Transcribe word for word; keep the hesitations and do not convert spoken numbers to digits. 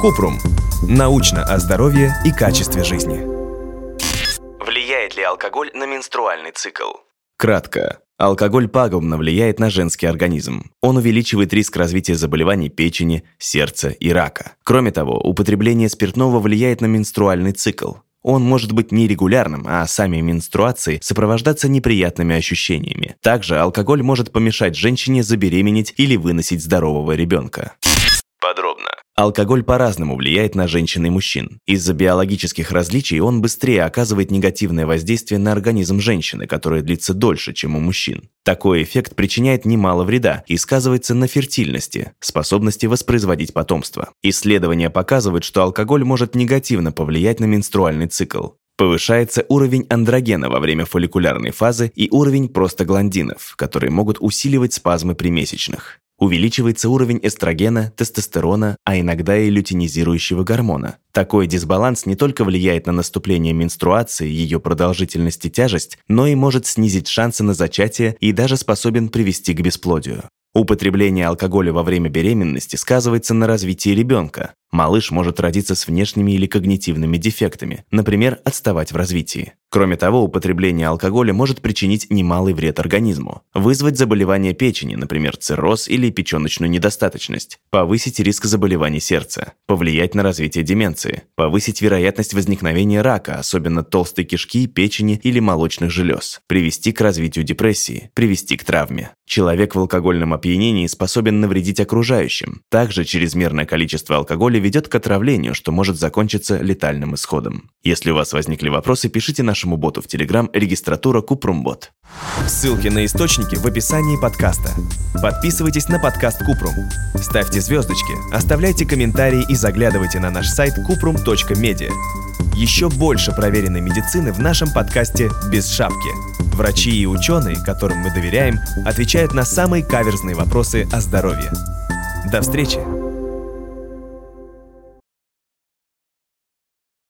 Купрум. Научно о здоровье и качестве жизни. Влияет ли алкоголь на менструальный цикл? Кратко. Алкоголь пагубно влияет на женский организм. Он увеличивает риск развития заболеваний печени, сердца и рака. Кроме того, употребление спиртного влияет на менструальный цикл. Он может быть нерегулярным, а сами менструации сопровождаться неприятными ощущениями. Также алкоголь может помешать женщине забеременеть или выносить здорового ребенка. Подробно. Алкоголь по-разному влияет на женщин и мужчин. Из-за биологических различий он быстрее оказывает негативное воздействие на организм женщины, которое длится дольше, чем у мужчин. Такой эффект причиняет немало вреда и сказывается на фертильности, способности воспроизводить потомство. Исследования показывают, что алкоголь может негативно повлиять на менструальный цикл. Повышается уровень андрогена во время фолликулярной фазы и уровень простагландинов, которые могут усиливать спазмы при месячных. Увеличивается уровень эстрогена, тестостерона, а иногда и лютeinизирующего гормона. Такой дисбаланс не только влияет на наступление менструации, ее продолжительность и тяжесть, но и может снизить шансы на зачатие и даже способен привести к бесплодию. Употребление алкоголя во время беременности сказывается на развитии ребенка. Малыш может родиться с внешними или когнитивными дефектами, например, отставать в развитии. Кроме того, употребление алкоголя может причинить немалый вред организму, вызвать заболевания печени, например, цирроз или печеночную недостаточность, повысить риск заболеваний сердца, повлиять на развитие деменции, повысить вероятность возникновения рака, особенно толстой кишки, печени или молочных желез, привести к развитию депрессии, привести к травме. Человек в алкогольном опьянении способен навредить окружающим. Также чрезмерное количество алкоголя ведет к отравлению, что может закончиться летальным исходом. Если у вас возникли вопросы, пишите нашему боту в Telegram регистратура Купрумбот. Ссылки на источники в описании подкаста. Подписывайтесь на подкаст Купрум. Ставьте звездочки, оставляйте комментарии и заглядывайте на наш сайт купрум точка медиа. Еще больше проверенной медицины в нашем подкасте «Без шапки». Врачи и ученые, которым мы доверяем, отвечают на самые каверзные вопросы о здоровье. До встречи!